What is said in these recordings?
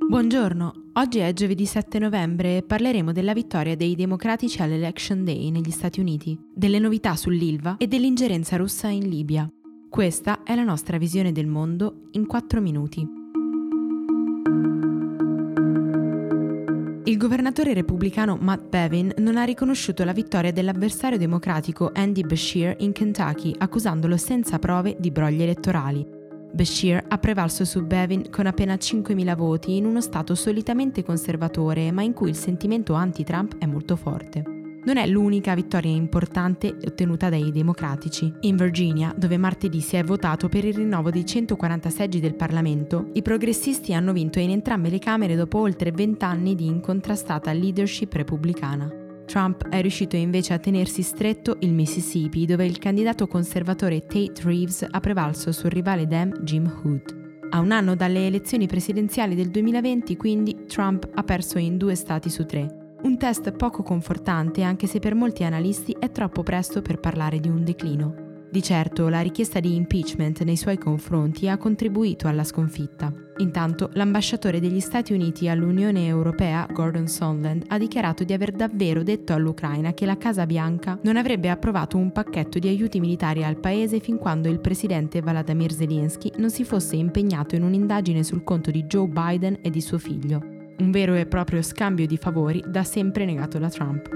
Buongiorno, oggi è giovedì 7 novembre e parleremo della vittoria dei democratici all'Election Day negli Stati Uniti, delle novità sull'Ilva e dell'ingerenza russa in Libia. Questa è la nostra visione del mondo in 4 minuti. Il governatore repubblicano Matt Bevin non ha riconosciuto la vittoria dell'avversario democratico Andy Beshear in Kentucky, accusandolo senza prove di brogli elettorali. Beshear ha prevalso su Bevin con appena 5.000 voti in uno stato solitamente conservatore, ma in cui il sentimento anti-Trump è molto forte. Non è l'unica vittoria importante ottenuta dai democratici. In Virginia, dove martedì si è votato per il rinnovo di 140 seggi del Parlamento, i progressisti hanno vinto in entrambe le Camere dopo oltre 20 anni di incontrastata leadership repubblicana. Trump è riuscito invece a tenersi stretto il Mississippi, dove il candidato conservatore Tate Reeves ha prevalso sul rivale Dem Jim Hood. A un anno dalle elezioni presidenziali del 2020, quindi, Trump ha perso in 2 stati su 3. Un test poco confortante, anche se per molti analisti è troppo presto per parlare di un declino. Di certo, la richiesta di impeachment nei suoi confronti ha contribuito alla sconfitta. Intanto, l'ambasciatore degli Stati Uniti all'Unione Europea, Gordon Sondland, ha dichiarato di aver davvero detto all'Ucraina che la Casa Bianca non avrebbe approvato un pacchetto di aiuti militari al paese fin quando il presidente Volodymyr Zelensky non si fosse impegnato in un'indagine sul conto di Joe Biden e di suo figlio. Un vero e proprio scambio di favori da sempre negato da Trump.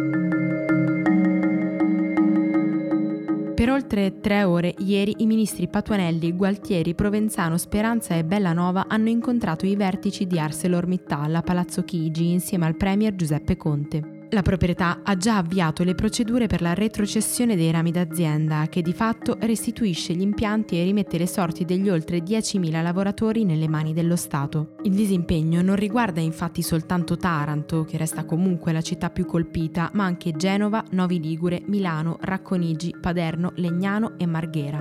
Per oltre 3 ore, ieri, i ministri Patuanelli, Gualtieri, Provenzano, Speranza e Bellanova hanno incontrato i vertici di ArcelorMittal a Palazzo Chigi insieme al premier Giuseppe Conte. La proprietà ha già avviato le procedure per la retrocessione dei rami d'azienda, che di fatto restituisce gli impianti e rimette le sorti degli oltre 10.000 lavoratori nelle mani dello Stato. Il disimpegno non riguarda infatti soltanto Taranto, che resta comunque la città più colpita, ma anche Genova, Novi Ligure, Milano, Racconigi, Paderno, Legnano e Marghera.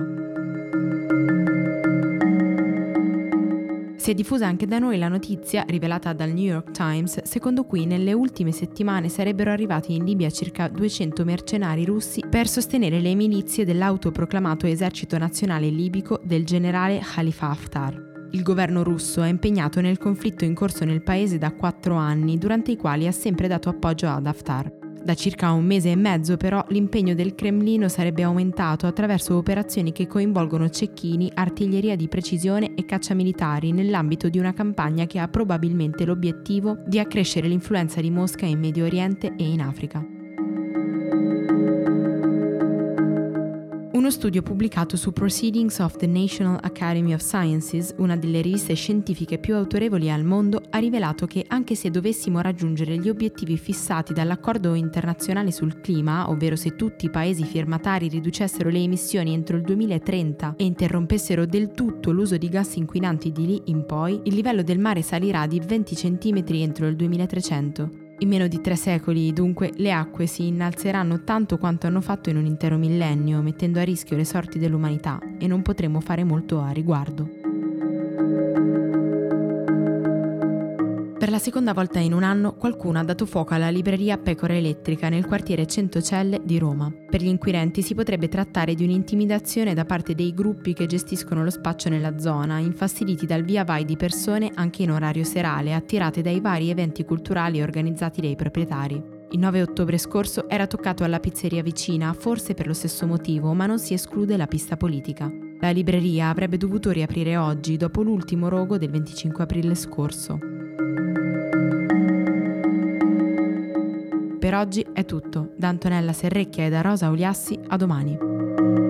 Si è diffusa anche da noi la notizia, rivelata dal New York Times, secondo cui nelle ultime settimane sarebbero arrivati in Libia circa 200 mercenari russi per sostenere le milizie dell'autoproclamato esercito nazionale libico del generale Khalifa Haftar. Il governo russo è impegnato nel conflitto in corso nel paese da 4 anni, durante i quali ha sempre dato appoggio ad Haftar. Da circa 1 mese e mezzo, però, l'impegno del Cremlino sarebbe aumentato attraverso operazioni che coinvolgono cecchini, artiglieria di precisione e cacciamilitari nell'ambito di una campagna che ha probabilmente l'obiettivo di accrescere l'influenza di Mosca in Medio Oriente e in Africa. Uno studio pubblicato su Proceedings of the National Academy of Sciences, una delle riviste scientifiche più autorevoli al mondo, ha rivelato che anche se dovessimo raggiungere gli obiettivi fissati dall'accordo internazionale sul clima, ovvero se tutti i paesi firmatari riducessero le emissioni entro il 2030 e interrompessero del tutto l'uso di gas inquinanti di lì in poi, il livello del mare salirà di 20 cm entro il 2300. In meno di 3 secoli, dunque, le acque si innalzeranno tanto quanto hanno fatto in un intero millennio, mettendo a rischio le sorti dell'umanità, e non potremo fare molto a riguardo. Per la seconda volta in un anno, qualcuno ha dato fuoco alla libreria Pecora Elettrica nel quartiere Centocelle di Roma. Per gli inquirenti si potrebbe trattare di un'intimidazione da parte dei gruppi che gestiscono lo spaccio nella zona, infastiditi dal via vai di persone anche in orario serale, attirate dai vari eventi culturali organizzati dai proprietari. Il 9 ottobre scorso era toccato alla pizzeria vicina, forse per lo stesso motivo, ma non si esclude la pista politica. La libreria avrebbe dovuto riaprire oggi, dopo l'ultimo rogo del 25 aprile scorso. Per oggi è tutto. Da Antonella Serrecchia e da Rosa Uliassi, a domani.